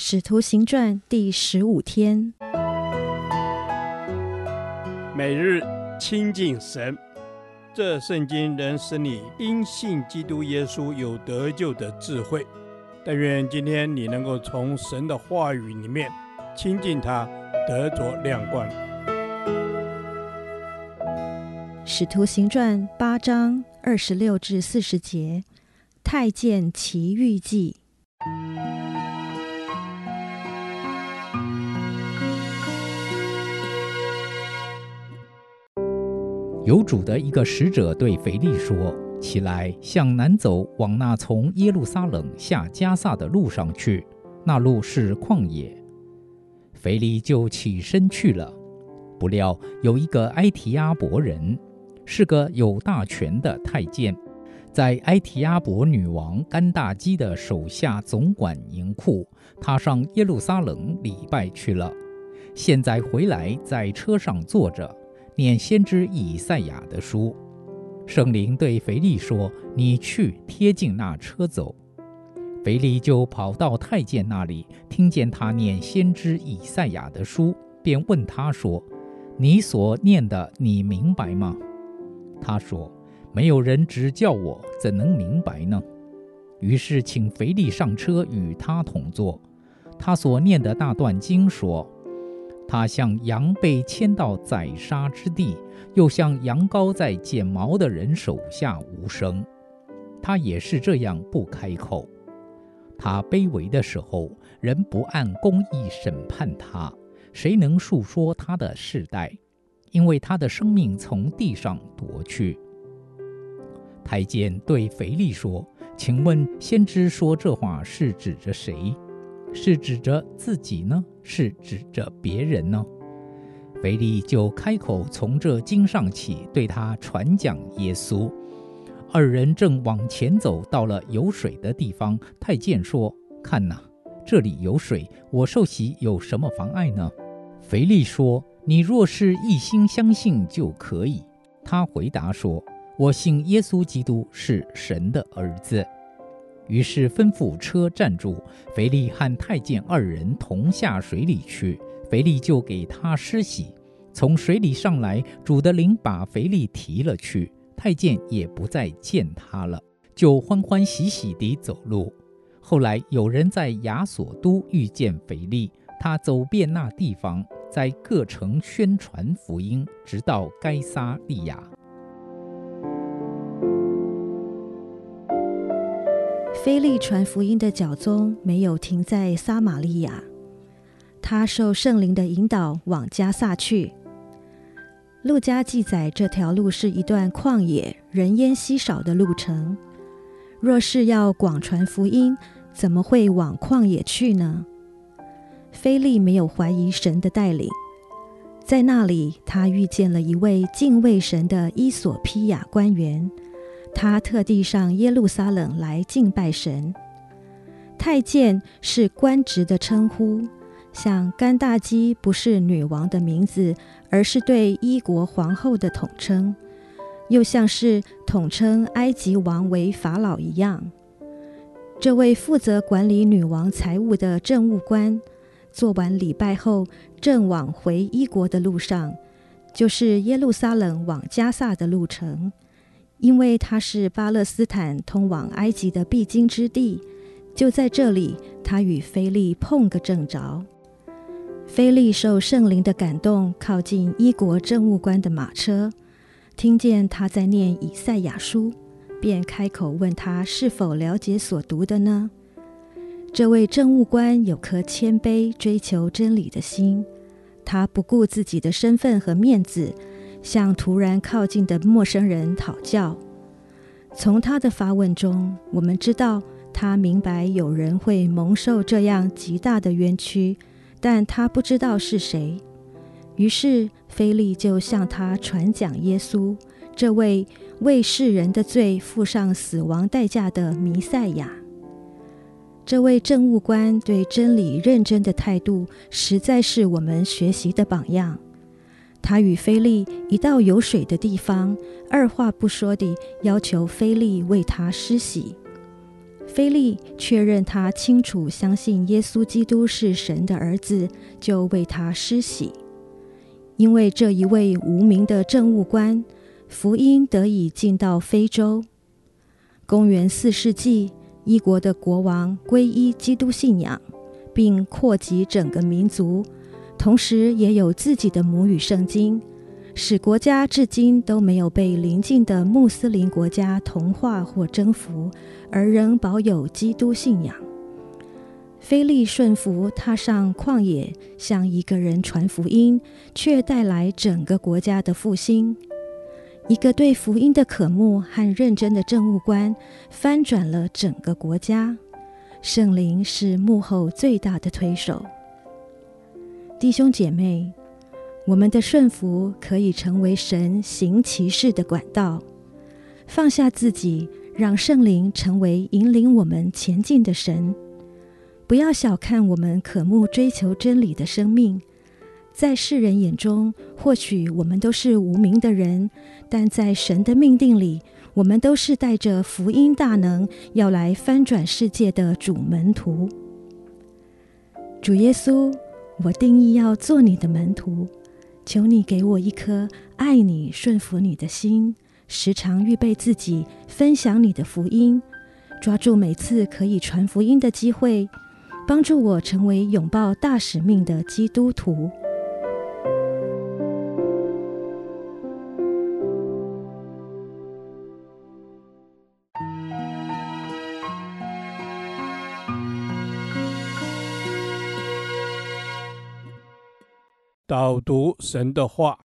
使徒行传第15天， 每日亲近神，这圣经能使你因信基督耶稣有得救的智慧。但愿今天你能够从神的话语里面亲近他，得着亮光。 使徒行传8章26至40节，太监奇遇记。 有主的一个使者对腓利说：起来，向南走，往那从耶路撒冷下迦萨的路上去，那路是旷野。腓利就起身去了。不料有一个埃提阿伯人，是个有大权的太监，在埃提阿伯女王甘大基的手下总管营库，他上耶路撒冷礼拜去了。现在回来，在车上坐着，念先知以赛亚的书。圣灵对腓利说：你去贴近那车走。腓利就跑到太监那里，听见他念先知以赛亚的书，便问他说：你所念的，你明白吗？他说：没有人指教我，怎能明白呢？于是请腓利上车，与他同坐。他所念的那段经说：他像羊被牵到宰杀之地，又像羊羔在剪毛的人手下无声。他也是这样不开口。他卑微的时候，人不按公义审判他，谁能述说他的世代？因为他的生命从地上夺去。太监对腓利说：请问先知说这话是指着谁？是指着自己呢？是指着别人呢？腓利就开口从这经上起，对他传讲耶稣。二人正往前走，到了有水的地方，太监说：看哪，这里有水，我受洗有什么妨碍呢？腓利说：你若是一心相信就可以。他回答说：我信耶稣基督是神的儿子。于是吩咐车站住，腓利和太监二人同下水里去，腓利就给他施洗。从水里上来，主的灵把腓利提了去，太监也不再见他了，就欢欢喜喜地走路。后来有人在亚索都遇见腓利，他走遍那地方，在各城宣传福音，直到该撒利亚。 腓利传福音的脚踪没有停在撒玛利亚，他受圣灵的引导往迦萨去。路加记载这条路是一段旷野、人烟稀少的路程。若是要广传福音，怎么会往旷野去呢？腓利没有怀疑神的带领，在那里他遇见了一位敬畏神的伊索匹亚官员，他特地上耶路撒冷来敬拜神。太监是官职的称呼，像甘大基不是女王的名字，而是对伊国皇后的统称，又像是统称埃及王为法老一样。这位负责管理女王财务的政务官，做完礼拜后，正往回伊国的路上，就是耶路撒冷往迦萨的路程。因为他是巴勒斯坦通往埃及的必经之地，就在这里，他与腓利碰个正着。腓利受圣灵的感动，靠近伊国政务官的马车，听见他在念以赛亚书，便开口问他是否了解所读的呢？这位政务官有颗谦卑追求真理的心，他不顾自己的身份和面子，向突然靠近的陌生人讨教。从他的发问中，我们知道他明白有人会蒙受这样极大的冤屈，但他不知道是谁。于是腓利就向他传讲耶稣，这位为世人的罪付上死亡代价的弥赛亚。这位政务官对真理认真的态度，实在是我们学习的榜样。他与腓利一到有水的地方，二话不说地要求腓利为他施洗。 腓利确认他清楚相信耶稣基督是神的儿子，就为他施洗。因为这一位无名的政务官，福音得以进到非洲。公元4世纪，一国的国王皈依基督信仰，并扩及整个民族，同时也有自己的母语圣经，使国家至今都没有被邻近的穆斯林国家同化或征服，而仍保有基督信仰。腓利顺服踏上旷野，向一个人传福音，却带来整个国家的复兴。一个对福音的渴慕和认真的政务官，翻转了整个国家。圣灵是幕后最大的推手。弟兄姐妹，我们的顺服可以成为神行其事的管道。放下自己，让圣灵成为引领我们前进的神。不要小看我们渴慕追求真理的生命，在世人眼中，或许我们都是无名的人，但在神的命定里，我们都是带着福音大能，要来翻转世界的主门徒。主耶稣，我定义要做你的门徒，求你给我一颗爱你、顺服你的心，时常预备自己分享你的福音，抓住每次可以传福音的机会，帮助我成为拥抱大使命的基督徒。 导读神的话。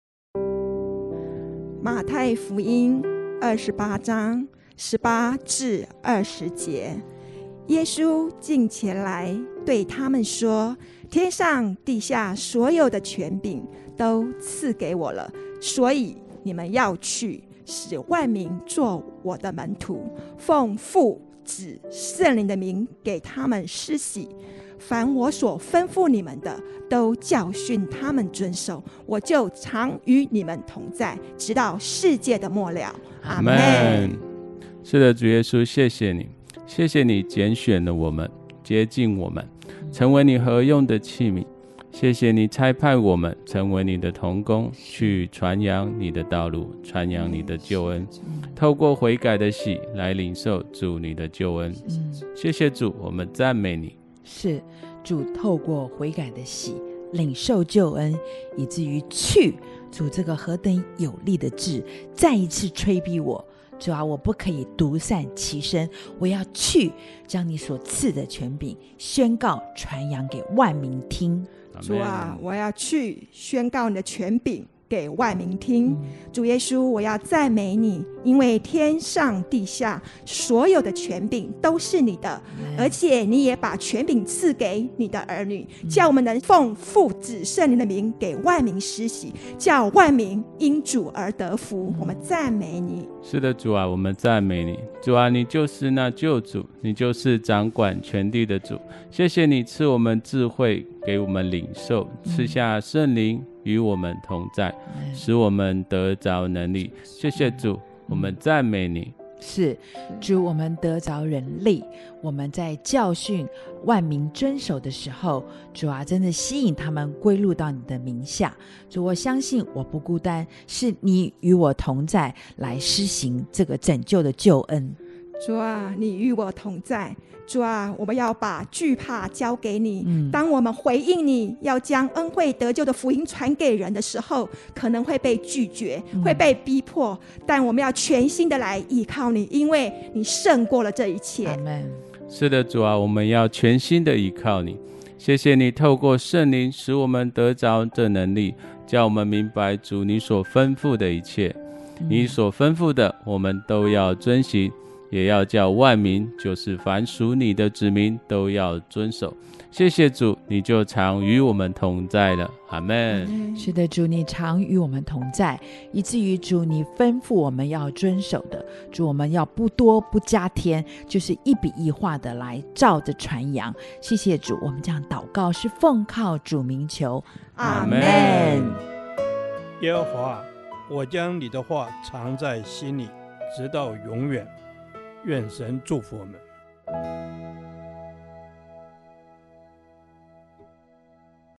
马太福音28章18至20节，耶稣近前来对他们说：天上地下所有的权柄都赐给我了，所以你们要去，使万民做我的门徒，奉父子圣灵的名给他们施洗，凡我所吩咐你们的，都教训他们遵守，我就常与你们同在，直到世界的末了。阿们。 是的，主耶稣，谢谢你，谢谢你拣选了我们，接近我们，成为你合用的器皿。谢谢你差派我们成为你的同工，去传扬你的道路，传扬你的救恩，透过悔改的喜来领受主你的救恩。谢谢主，我们赞美你。 是主透过悔改的喜领受救恩，以至于去，主这个何等有力的志再一次催逼我，主啊，我不可以独善其身，我要去将你所赐的权柄宣告传扬给万民听。 主啊，我要去宣告你的权柄给万民听。主耶稣，我要赞美你，因为天上地下所有的权柄都是你的，而且你也把权柄赐给你的儿女，叫我们能奉父子圣灵的名给万民施洗，叫万民因主而得福。我们赞美你。 是的，主啊，我们赞美你。主啊，你就是那救主，你就是掌管全地的主。谢谢你赐我们智慧，给我们领受，赐下圣灵与我们同在，使我们得着能力。谢谢主，我们赞美你。 是主，我们得着人力，我们在教训万民遵守的时候，主啊，真的吸引他们归入到你的名下。主，我相信我不孤单，是你与我同在，来施行这个拯救的救恩。 主啊，你与我同在。主啊，我们要把惧怕交给你。当我们回应你，要将恩惠得救的福音传给人的时候，可能会被拒绝，会被逼迫，但我们要全心的来依靠你，因为你胜过了这一切。 阿们。 是的，主啊，我们要全心的依靠你。谢谢你透过圣灵使我们得着这能力，叫我们明白主你所吩咐的一切。你所吩咐的我们都要遵行，也要叫万民，就是凡属你的子民都要遵守。谢谢主，你就常与我们同在了。阿们。 是的，主，你常与我们同在，以至于主你吩咐我们要遵守的，主我们要不多不加添，就是一笔一画的来照着传扬。谢谢主，我们这样祷告是奉靠主名求。 阿们。 耶和华，我将你的话藏在心里，直到永远。愿神祝福我们。